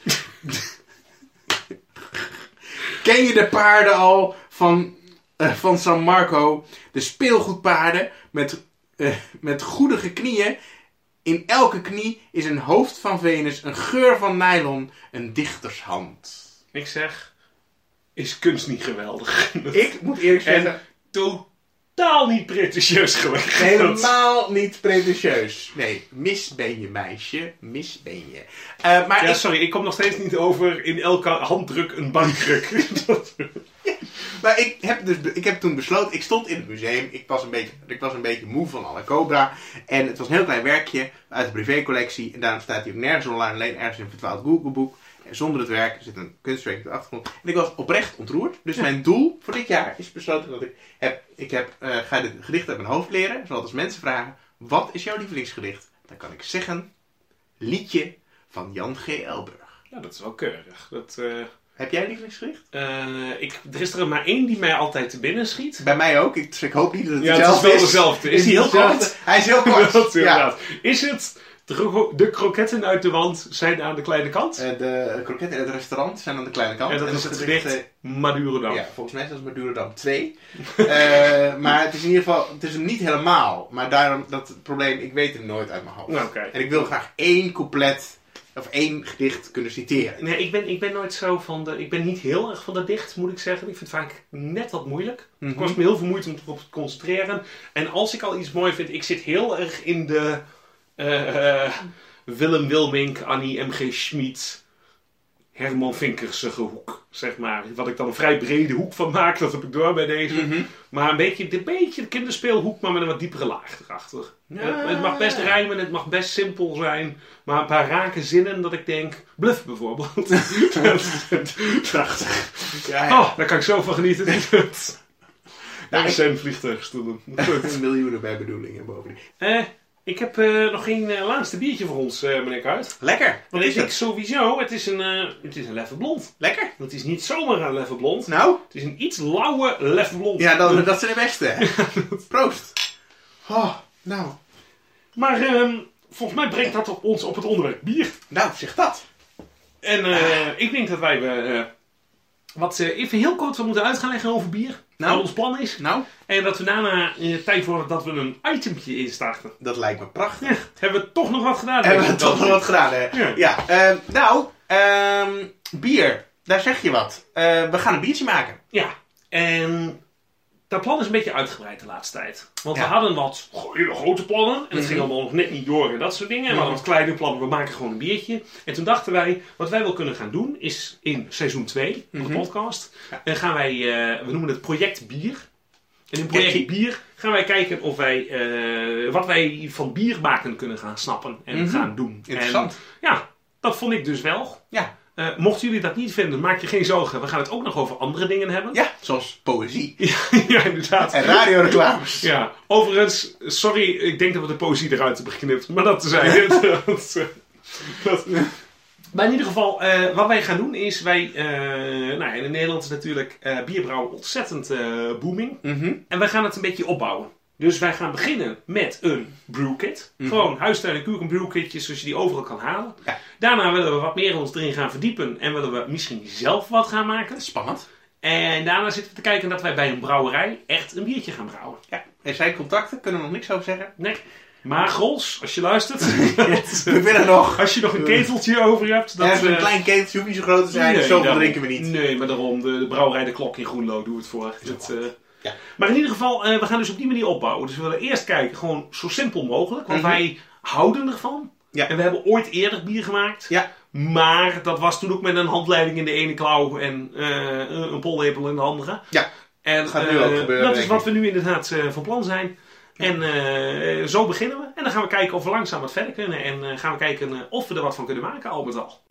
Ken je de paarden al van, uh, van San Marco? De speelgoedpaarden met, uh, met goedige knieën. In elke knie is een hoofd van Venus, een geur van nylon, een dichtershand. Ik zeg, is kunst niet geweldig? Ik moet eerlijk zeggen... En totaal niet pretentieus gelegd. Helemaal niet pretentieus. Nee, mis ben je, meisje. Mis ben je. Uh, maar ja, ik... sorry, ik kom nog steeds niet over in elke handdruk een bankdruk. ja, maar ik heb, dus, ik heb toen besloten, ik stond in het museum, ik was een beetje, ik was een beetje moe van alle Cobra. En het was een heel klein werkje uit de privécollectie. En daarom staat hij ook nergens online, alleen ergens in een verdwaald Googleboek. En zonder het werk er zit een kunstwerk op de achtergrond. En ik was oprecht ontroerd. Dus ja. Mijn doel voor dit jaar is besloten dat ik heb, ik heb, uh, ga dit gedicht uit mijn hoofd leren. Zodat als mensen vragen, wat is jouw lievelingsgedicht? Dan kan ik zeggen, Liedje van Jan G. Elburg. Ja, dat is wel keurig. Dat, uh... Heb jij een lievelingsgedicht? Uh, ik, er is er maar één die mij altijd te binnen schiet. Bij mij ook. Ik, dus ik hoop niet dat het ja, hetzelfde het is. is. Wel dezelfde. Is, is hij heel kort? Hij is heel kort. dat, ja. Is het... De, de kroketten uit de wand zijn aan de kleine kant. Uh, de kroketten in het restaurant zijn aan de kleine kant. En dat en is het gedicht uh, Madurodam. Ja, volgens mij is dat Madurodam twee. uh, maar het is in ieder geval, het is hem niet helemaal. Maar daarom, dat probleem, ik weet het nooit uit mijn hoofd. Okay. En ik wil graag één couplet, of één gedicht kunnen citeren. Nee, ik ben, ik ben nooit zo van de, ik ben niet heel erg van de dicht, moet ik zeggen. Ik vind het vaak net wat moeilijk. Mm-hmm. Het kost me heel veel moeite om erop te concentreren. En als ik al iets mooi vind, ik zit heel erg in de... Uh, uh, Willem Wilmink, Annie M G. Schmid, Herman Vinkersige hoek, zeg maar. Wat ik dan een vrij brede hoek van maak, dat heb ik door bij deze. Mm-hmm. Maar een beetje, een beetje de kinderspeelhoek, maar met een wat diepere laag erachter. Ja. Het, het mag best rijmen, het mag best simpel zijn, maar een paar rake zinnen dat ik denk, bluff bijvoorbeeld. Prachtig. Ja, ja. Oh, daar kan ik zo van genieten. Daar zijn vliegtuigstoelen. Miljoenen bij bedoelingen bovendien. Eh... Ik heb uh, nog geen uh, laatste biertje voor ons, uh, meneer Kuit. Lekker. Wat is het? Sowieso, het is een, uh, het is een Leffe Blond. Lekker. Het is niet zomaar een Leffe Blond. Nou? Het is een iets lauwe Leffe Blond. Ja, dat, dat zijn de beste. Proost. Oh, nou. Maar uh, volgens mij brengt dat op ons op het onderwerp bier. Nou, zeg dat. En uh, ah. ik denk dat wij uh, wat uh, even heel kort wat moeten uit gaan leggen over bier. Nou, wat ons plan is. Nou. En dat we daarna uh, tijd worden dat we een itempje instarten. Dat lijkt me prachtig. Ja, hebben we toch nog wat gedaan? Hebben we toch nog wat gedaan, hè? Ja. ja uh, nou, uh, bier. Daar zeg je wat. Uh, we gaan een biertje maken. Ja. En dat plan is een beetje uitgebreid de laatste tijd. Want ja. we hadden wat hele grote plannen. En het mm-hmm. ging allemaal nog net niet door en dat soort dingen. En we hadden wat kleine plannen. We maken gewoon een biertje. En toen dachten wij, wat wij wel kunnen gaan doen, is in seizoen twee van mm-hmm. de podcast. Ja. En gaan wij, uh, we noemen het project bier. En in project ja. bier gaan wij kijken of wij, uh, wat wij van bier maken kunnen gaan snappen en mm-hmm. gaan doen. Interessant. En, ja, dat vond ik dus wel. Ja. Uh, mochten jullie dat niet vinden, maak je geen zorgen. We gaan het ook nog over andere dingen hebben. Ja, zoals poëzie. ja, ja, inderdaad. En radioreclames. Ja, overigens, sorry, ik denk dat we de poëzie eruit hebben geknipt. Maar dat te zijn. dat, dat, maar in ieder geval, uh, wat wij gaan doen is, wij, uh, nou in Nederland is natuurlijk uh, bierbrouwen ontzettend uh, booming. Mm-hmm. En wij gaan het een beetje opbouwen. Dus wij gaan beginnen met een brewkit. Mm-hmm. Gewoon huistuin- en keuken brewkitjes, zoals je die overal kan halen. Ja. Daarna willen we wat meer ons erin gaan verdiepen. En willen we misschien zelf wat gaan maken. Spannend. En daarna zitten we te kijken dat wij bij een brouwerij echt een biertje gaan brouwen. Ja. Er zijn contacten, kunnen we nog niks over zeggen. Nee. Maar Grols, als je luistert. we willen nog. Als je nog een keteltje over hebt. Dat, ja, een uh, klein keteltje hoeft niet zo groot te zijn. Nee, zoveel drinken we niet. Nee, maar daarom. De, de brouwerij De Klok in Groenlo doe het voor. Het, uh, ja. Maar in ieder geval, uh, we gaan dus op die manier opbouwen. Dus we willen eerst kijken, gewoon zo simpel mogelijk. Want mm-hmm. wij houden ervan. Ja. En we hebben ooit eerder bier gemaakt. Ja. Maar dat was toen ook met een handleiding in de ene klauw en uh, een pollepel in de andere. Ja, en, dat gaat nu uh, ook gebeuren. Dat is wat we nu inderdaad uh, van plan zijn. En uh, zo beginnen we. En dan gaan we kijken of we langzaam wat verder kunnen. En uh, gaan we kijken uh, of we er wat van kunnen maken, al met al.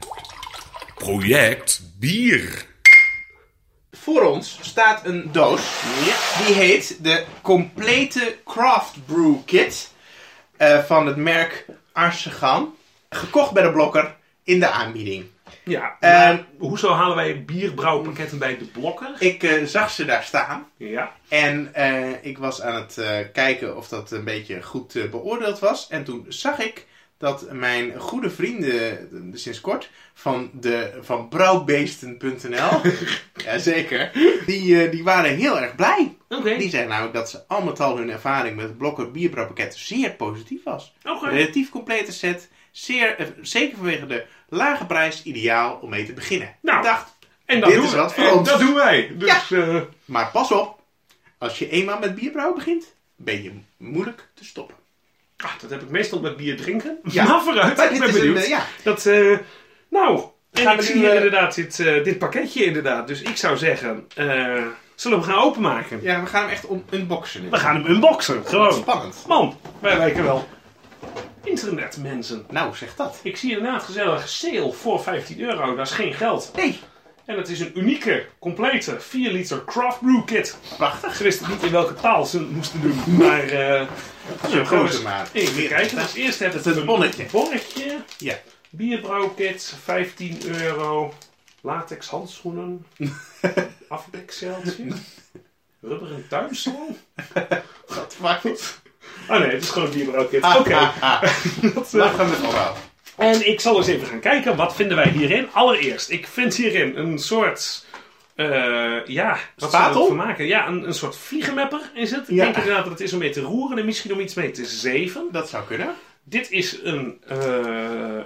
Project Bier. Voor ons staat een doos. Ja. Die heet de complete Craft Brew Kit. Uh, van het merk Arsegan. Gekocht bij de Blokker in de aanbieding. Ja, maar uh, hoezo halen wij bierbrouwpakketten bij de Blokker? Ik uh, zag ze daar staan. Ja. En uh, ik was aan het uh, kijken of dat een beetje goed uh, beoordeeld was. En toen zag ik dat mijn goede vrienden, uh, sinds kort, van, de, van brouwbeesten punt n l, jazeker, die, uh, die waren heel erg blij. Okay. Die zeggen namelijk dat ze al met al hun ervaring met het Blokker bierbrouwpakket zeer positief was. Okay. Relatief complete set. Zeer, uh, zeker vanwege de lage prijs ideaal om mee te beginnen. Nou, ik dacht, en dat dit doen is we, wat voor en ons. dat doen wij. Dus, ja. uh... Maar pas op, als je eenmaal met bierbrouwen begint, ben je moeilijk te stoppen. Ah, dat heb ik meestal met bier drinken. Ja, maar vooruit, maar ik dit ben is benieuwd. Een, uh, ja. Dat, uh, nou, en Gaan ik we zie nu, hier uh, inderdaad dit, uh, dit pakketje inderdaad. Dus ik zou zeggen, uh, zullen we gaan openmaken? Ja, we gaan hem echt un- unboxen. We gaan hem unboxen, gewoon. Spannend. Man, wij lijken wel internetmensen. Nou, zeg dat. Ik zie inderdaad gezellig sale voor vijftien euro. Dat is geen geld. Nee. En het is een unieke, complete vier liter craft brew kit. Prachtig. Ze wisten niet in welke taal ze het moesten doen. Maar, uh, Zo'n grote maat. Even kijken. Als eerste hebben we Het is een bonnetje. bonnetje. Ja. Bierbrouwkit, vijftien euro. Latex handschoenen. Afdekzeiltje. Rubberen tuinslang. Wat maakt het? Oh nee, het is gewoon een bierbrouwkit. Oké. Okay. Lachen we met opbouw. En ik zal eens even gaan kijken, wat vinden wij hierin? Allereerst, ik vind hierin een soort... Uh, ja, wat zullen we ervan maken? Ja, een, een soort vliegenmapper is het. Ik Ja. denk inderdaad dat het is om mee te roeren en misschien om iets mee te zeven. Dat zou kunnen. Dit is een uh,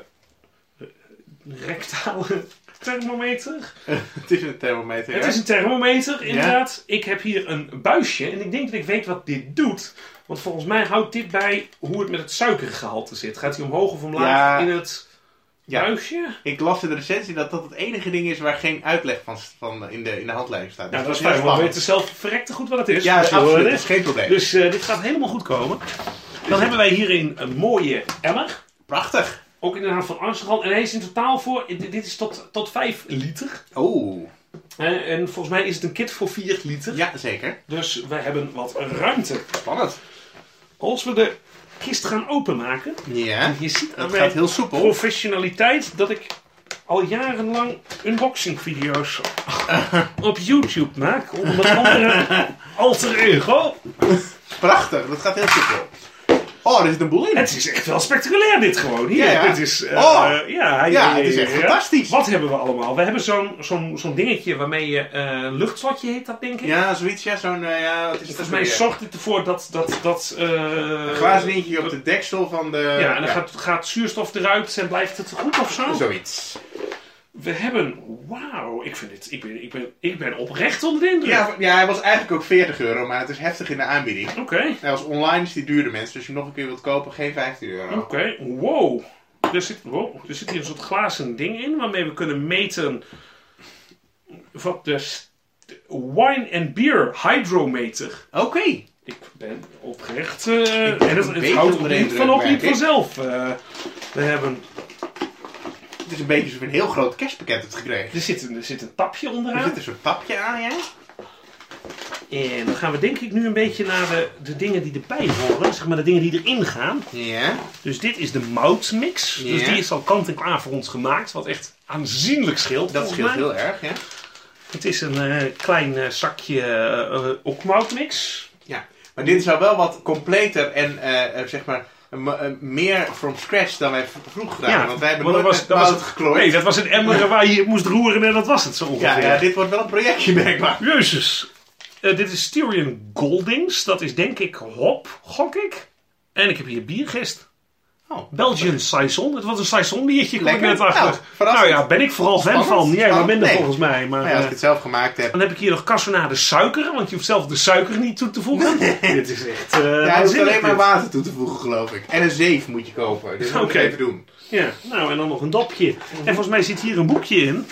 rectale thermometer. Het is een thermometer, Het ja. is een thermometer, inderdaad. Ik heb hier een buisje en ik denk dat ik weet wat dit doet. Want volgens mij houdt dit bij hoe het met het suikergehalte zit. Gaat hij omhoog of omlaag Ja. in het Ja. buisje? Ik las in de recensie dat dat het enige ding is waar geen uitleg van, van in, de, in de handleiding staat. Ja, Dus dat is heel fijn, want we spannend. weten zelf verrekte goed wat het is. Ja, Dus, absoluut. uh, Dat is geen probleem. Dus uh, dit gaat helemaal goed komen. Dan hebben wij hierin een mooie emmer. Prachtig. Ook inderdaad van Amsterdam. En hij is in totaal voor, dit dit is tot, tot vijf liter. Oeh. Uh, en volgens mij is het een kit voor vier liter. Ja, zeker. Dus we hebben wat ruimte. Spannend. Als we de kist gaan openmaken. Ja. Je ziet aan Dat mijn gaat heel soepel. professionaliteit dat ik al jarenlang unboxing video's op YouTube maak. Onder mijn andere alter ego. Prachtig. Dat gaat heel soepel. Oh, er zit een boel in. Het is echt wel spectaculair dit gewoon. Hier, Ja, ja. Dit is, uh, Oh. ja, Ja, het is echt fantastisch. Wat hebben we allemaal? We hebben zo'n zo'n zo'n dingetje waarmee je uh, luchtslotje heet dat denk ik. Ja, zoiets. Ja, zo'n... uh, ja, wat is Volgens mij zorgt dit ervoor dat... dat, dat uh, een glazen dingetje op de deksel van de... Ja, en dan Gaat, gaat zuurstof eruit en blijft het goed of zo? Zoiets. We hebben... Wauw, ik vind dit... Ik ben, ik ben, ik ben oprecht onder de indruk. Ja, ja, hij was eigenlijk ook veertig euro, maar het is heftig in de aanbieding. Oké. Okay. Hij was online, is die duurder mensen. Dus als je hem nog een keer wilt kopen, geen vijftien euro. Oké, okay. Wow. Er zit, wow. Er zit hier een soort glazen ding in waarmee we kunnen meten wat de wine and beer hydrometer. Oké. Okay. Ik ben oprecht... Uh, ik ben en het, het houdt er niet vanop niet vanzelf. Uh, we hebben... Het is een beetje alsof je een heel groot kerstpakket hebt gekregen. Er zit een, er zit een tapje onderaan. Er zit een soort tapje aan, ja. En dan gaan we denk ik nu een beetje naar de, de dingen die erbij horen. Zeg maar de dingen die erin gaan. Ja. Dus dit is de moutmix. Ja. Dus die is al kant en klaar voor ons gemaakt. Wat echt aanzienlijk scheelt. Dat scheelt mij. Heel erg, ja. Het is een uh, klein uh, zakje uh, ook moutmix. Ja, maar dit zou wel wat completer en uh, zeg maar... meer from scratch dan wij vroeger gedaan hebben. Ja, want wij hebben nooit was, met mout was, geklooid. Nee, dat was het emmer waar je moest roeren en dat was het zo ongeveer. Ja, ja dit wordt wel een projectje, merkbaar. Jezus. Uh, dit is Styrian Goldings. Dat is denk ik hop, gok ik. En ik heb hier biergist. Oh, Belgian Saison. Het was een Saison biertje, kom ik net nou, achter. Nou ja, ben ik vooral fan van. Jij maar minder nee. volgens mij. Maar, nou ja, als ik het zelf gemaakt heb. Dan heb ik hier nog cassonade suiker, want je hoeft zelf de suiker niet toe te voegen. Dit is echt uh, ja, je hoeft alleen maar water toe te voegen, geloof ik. En een zeef moet je kopen. Dus dat moet je even doen. Ja, nou en dan nog een dopje. En volgens mij zit hier een boekje in.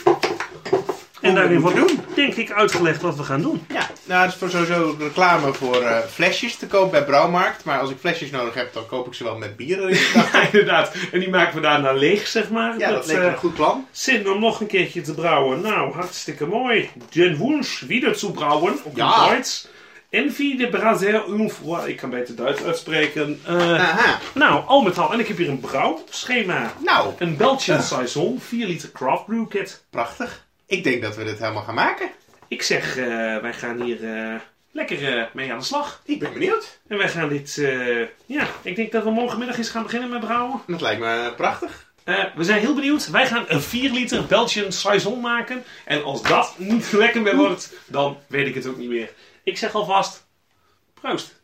En daarin wordt doen. denk ik uitgelegd wat we gaan doen. Ja, nou dat is voor sowieso reclame voor uh, flesjes te kopen bij Brouwmarkt. Maar als ik flesjes nodig heb, dan koop ik ze wel met bier erin. Ja, inderdaad. En die maken we daarna leeg, zeg maar. Ja, dat, dat lijkt me een goed plan. Zin om nog een keertje te brouwen. Nou, hartstikke mooi. Den Wunsch wieder zu brauen. Op ja. Duits. Envie de Braser une fois. Ik kan beter Duits uitspreken. Uh, Aha. Nou, al met al. En ik heb hier een brouwschema. Nou. Een Belgian uh. Saison. vier liter craft brew kit. Prachtig. Ik denk dat we dit helemaal gaan maken. Ik zeg, uh, wij gaan hier uh, lekker uh, mee aan de slag. Ik ben benieuwd. En wij gaan dit, uh, ja, ik denk dat we morgenmiddag eens gaan beginnen met brouwen. Dat lijkt me prachtig. Uh, we zijn heel benieuwd. Wij gaan een vier liter Belgian Saison maken. En als dat niet lekker meer wordt, dan weet ik het ook niet meer. Ik zeg alvast, proost.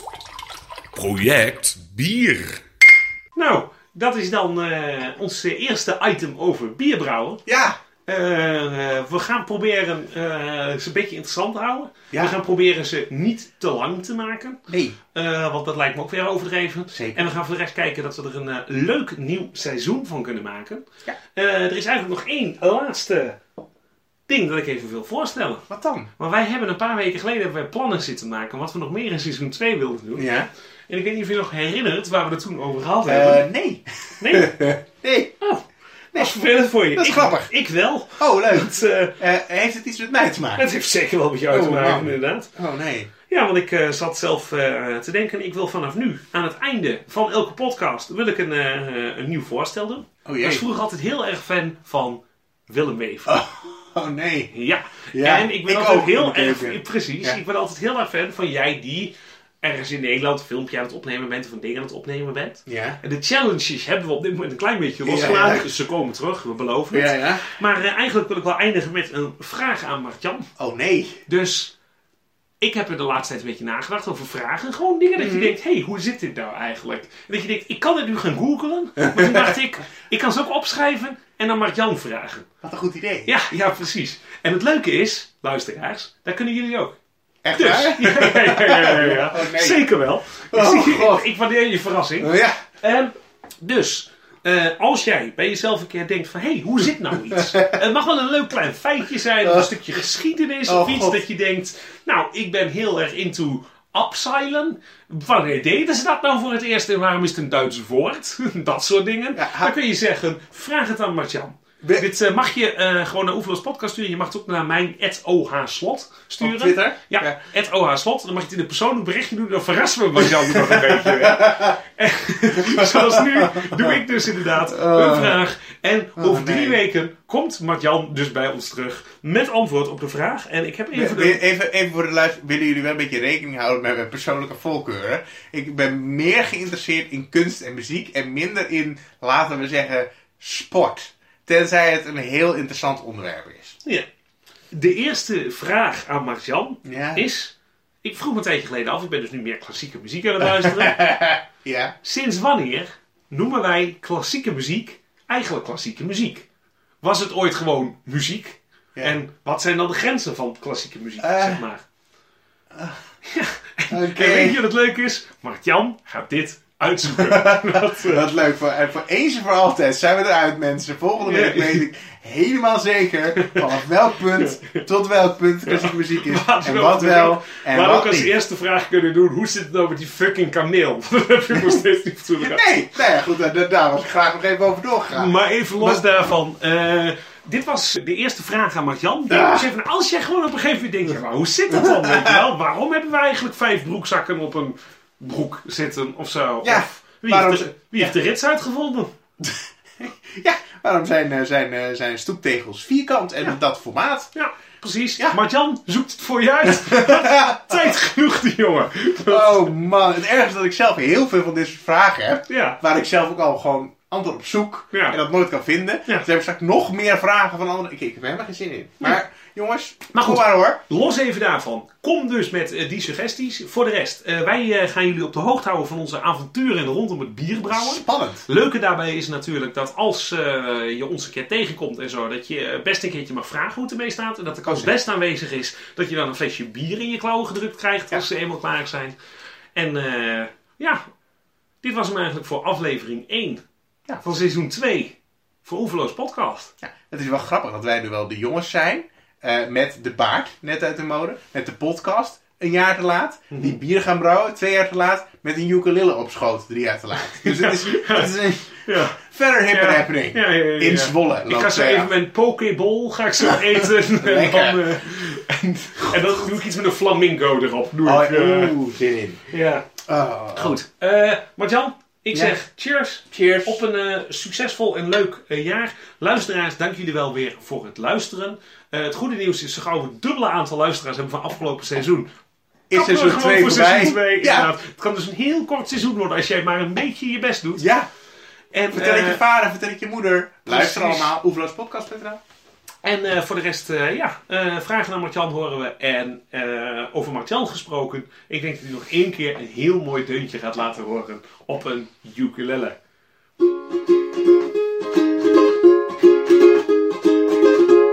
Project Bier. Nou, dat is dan uh, ons eerste item over bierbrouwen. Ja. Uh, uh, we gaan proberen uh, ze een beetje interessant te houden. Ja. We gaan proberen ze niet te lang te maken. Nee. Uh, want dat lijkt me ook weer overdreven. Zeker. En we gaan voor de rest kijken dat we er een uh, leuk nieuw seizoen van kunnen maken. Ja. Uh, er is eigenlijk nog één laatste ding dat ik even wil voorstellen. Wat dan? Maar wij hebben een paar weken geleden hebben wij plannen zitten maken. Wat we nog meer in seizoen twee wilden doen. Ja. En ik weet niet of je nog herinnert waar we het toen over gehad Uh, hebben. nee. Nee? Nee. Oh. Dat is vervelend voor je. Dat is ik, grappig. Ik wel. Oh, leuk. Het, uh, uh, heeft het iets met mij te maken? het heeft zeker wel met jou te Oh, maken, man. inderdaad. Oh, nee. Ja, want ik uh, zat zelf uh, te denken, ik wil vanaf nu, aan het einde van elke podcast, wil ik een, uh, een nieuw voorstel doen. Oh, Ik jee. was vroeger altijd heel erg fan van Willem Wever. Oh, oh nee. Ja. Ja, En ik ben ik altijd ook, heel moet ik erg, even. precies, Ja. ik ben altijd heel erg fan van jij die ergens in Nederland een filmpje aan het opnemen bent of een ding aan het opnemen bent. Ja. En de challenges hebben we op dit moment een klein beetje losgelaten, Ja, ja. dus ze komen terug, we beloven het. Ja, ja. Maar uh, eigenlijk wil ik wel eindigen met een vraag aan Martjan. Oh, nee. Dus ik heb er de laatste tijd een beetje nagedacht over vragen. Gewoon dingen dat je Mhm. denkt, hé, hey, hoe zit dit nou eigenlijk? En dat je denkt, ik kan het nu gaan googlen. Maar toen dacht ik, ik kan ze ook opschrijven en aan Martjan vragen. Wat een goed idee. Ja, ja, precies. En het leuke is, luisteraars, daar kunnen jullie ook. Echt Dus, waar? ja, ja, ja, ja, ja, ja. Oh, nee. Zeker wel. Oh, ik, zie- God. ik, ik waardeer je verrassing. Oh, ja. Ehm, dus, eh, als jij bij jezelf een keer denkt van, hé, hey, hoe zit nou iets? Het mag wel een leuk klein feitje zijn, of een stukje geschiedenis, Oh, of iets God. dat je denkt, nou, ik ben heel erg into upsilon. Wanneer deden ze dat nou voor het eerst en waarom is het een Duits woord? Dat soort dingen. Ja, ha- Dan kun je zeggen, vraag het aan Martjan. Be- Dit uh, mag je uh, gewoon naar Oeverloos Podcast sturen. Je mag het ook naar mijn at o h slot sturen. Op Twitter? Ja, Ja. at o h slot. Dan mag je het in een persoonlijk berichtje doen. Dan verrassen we Martjan nog een beetje. En, zoals nu doe ik dus inderdaad een vraag. En over nee. drie weken komt Martjan dus bij ons terug met antwoord op de vraag. En ik heb even... Even, De... even, even voor de luister, willen jullie wel een beetje rekening houden met mijn persoonlijke voorkeuren? Ik ben meer geïnteresseerd in kunst en muziek en minder in, laten we zeggen, sport. Tenzij het een heel interessant onderwerp is. Ja. De eerste vraag aan Martjan Ja. is... Ik vroeg me een tijdje geleden af. Ik ben dus nu meer klassieke muziek aan het luisteren. Ja. Sinds wanneer noemen wij klassieke muziek eigenlijk klassieke muziek? Was het ooit gewoon muziek? Ja. En wat zijn dan de grenzen van klassieke muziek, Uh, zeg maar? uh, ja. En, Oké. en weet je wat het leuk is? Martjan gaat dit uitzoeken. dat, uh, Wat leuk. Voor, en voor eens en voor altijd zijn we eruit, mensen. Volgende week Ja. weet ik helemaal zeker vanaf welk punt tot welk punt klassieke muziek is. Wat en wel wat doen. wel en maar wat ook als niet. eerste vraag kunnen doen, hoe zit het nou met die fucking kameel? Dat heb je nog steeds niet fatsoenlijk aan. Nee, nou ja, goed, daar, daar was ik graag nog even over doorgegaan. Maar even los Maar- daarvan. eh, dit was de eerste vraag aan Martjan. Denk Ah. eens even, als jij gewoon op een gegeven moment denkt, ja, maar hoe zit dat dan? Weet je wel? Waarom hebben we eigenlijk vijf broekzakken op een broek zitten of zo? Ja, Of wie waarom heeft, ze- de, wie heeft de rits uitgevonden? Ja, waarom zijn, eh, zijn, eh, zijn stoeptegels vierkant en Ja. dat formaat? Ja, precies. Ja. Martjan zoekt het voor je uit. Tijd genoeg, die jongen. Oh man, het ergste is dat ik zelf heel veel van dit soort vragen heb. Ja. Waar ik zelf ook al gewoon antwoord op zoek. Ja. En dat nooit kan vinden. Ja. Dus heb ik straks nog meer vragen van anderen. Ik, ik heb er helemaal geen zin in. Maar jongens, Maar goed. kom maar hoor. Los even daarvan. Kom dus met uh, die suggesties. Voor de rest, uh, wij uh, gaan jullie op de hoogte houden van onze avonturen rondom het bierbrouwen. Spannend. Leuke daarbij is natuurlijk dat als uh, je ons een keer tegenkomt en zo, dat je best een keertje mag vragen hoe het ermee staat. En dat de kans best aanwezig is dat je dan een flesje bier in je klauwen gedrukt krijgt als ze eenmaal klaar zijn. En uh, ja, dit was hem eigenlijk voor aflevering één Ja. van seizoen twee voor Oeverloos Podcast. Ja, het is wel grappig dat wij nu wel de jongens zijn. Uh, met de baard, net uit de mode. Met de podcast, een jaar te laat. Mhm. Die bier gaan brouwen, twee jaar te laat. Met een ukulele op schoot, drie jaar te laat. Dus het is, het is een Ja. verder hip Ja. and happening. Ja, ja, ja, ja. In Zwolle. Ik loopt ga zo zij even af. mijn pokeball ga ik zo eten. en, Lekker. dan, uh, en, en dan doe ik iets met een flamingo erop. Doe Oh, ik, uh, oeh, zin in. ja. Oh. Goed. Uh, Martjan, ik Ja. zeg cheers. Cheers. Op een uh, succesvol en leuk uh, jaar. Luisteraars, dank jullie wel weer voor het luisteren. Uh, het goede nieuws is, zo gauw we het dubbele aantal luisteraars hebben van afgelopen seizoen. Is kappen we seizoen gewoon twee voor voorbij? seizoen twee, Ja. inderdaad. Het kan dus een heel kort seizoen worden als jij maar een beetje je best doet. Ja. En, Vertel het uh, je vader, vertel het je moeder. Luister precies. allemaal. oeverloospodcast punt n l. En uh, voor de rest, uh, ja, uh, vragen naar Martjan horen we. En uh, over Martjan gesproken, ik denk dat hij nog één keer een heel mooi deuntje gaat laten horen op een ukulele.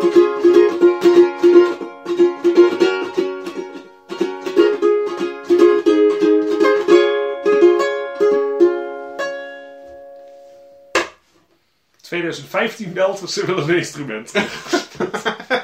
twintig vijftien belt, ze willen een instrument.